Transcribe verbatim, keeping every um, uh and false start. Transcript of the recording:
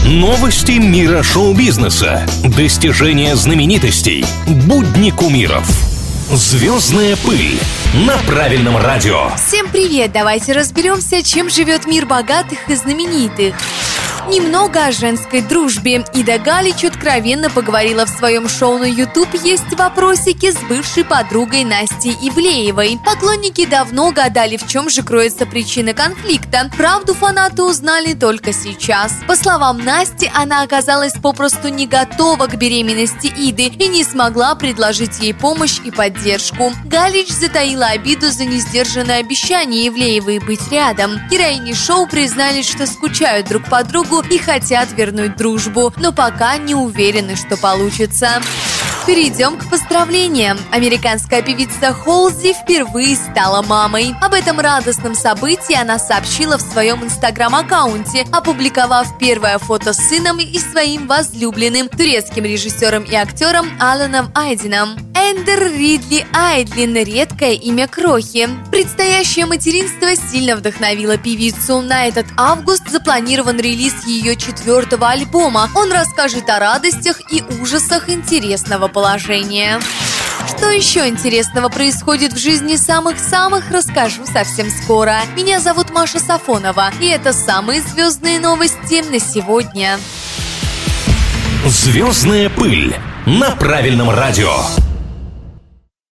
Новости мира шоу-бизнеса, достижения знаменитостей, будни кумиров. «Звездная пыль» на правильном радио. Всем привет! Давайте разберемся, чем живет мир богатых и знаменитых. Немного о женской дружбе. Ида Галич откровенно поговорила в своем шоу на YouTube «Есть вопросики» с бывшей подругой Настей Ивлеевой. Поклонники давно гадали, в чем же кроется причина конфликта. Правду фанаты узнали только сейчас. По словам Насти, она оказалась попросту не готова к беременности Иды и не смогла предложить ей помощь и поддержку. Галич затаила обиду за несдержанное обещание Ивлеевой быть рядом. Героини шоу признались, что скучают друг по другу и хотят вернуть дружбу, но пока не уверены, что получится. Перейдем к поздравлениям. Американская певица Холзи впервые стала мамой. Об этом радостном событии она сообщила в своем инстаграм-аккаунте, опубликовав первое фото с сыном и своим возлюбленным, турецким режиссером и актером Аланом Айдином. Эндер Ридли Айдлин – редкое имя крохи. Предстоящее материнство сильно вдохновило певицу. На этот август запланирован релиз ее четвертого альбома. Он расскажет о радостях и ужасах интересного положения. Что еще интересного происходит в жизни самых-самых, расскажу совсем скоро. Меня зовут Маша Сафонова, и это самые звездные новости на сегодня. «Звездная пыль» на правильном радио.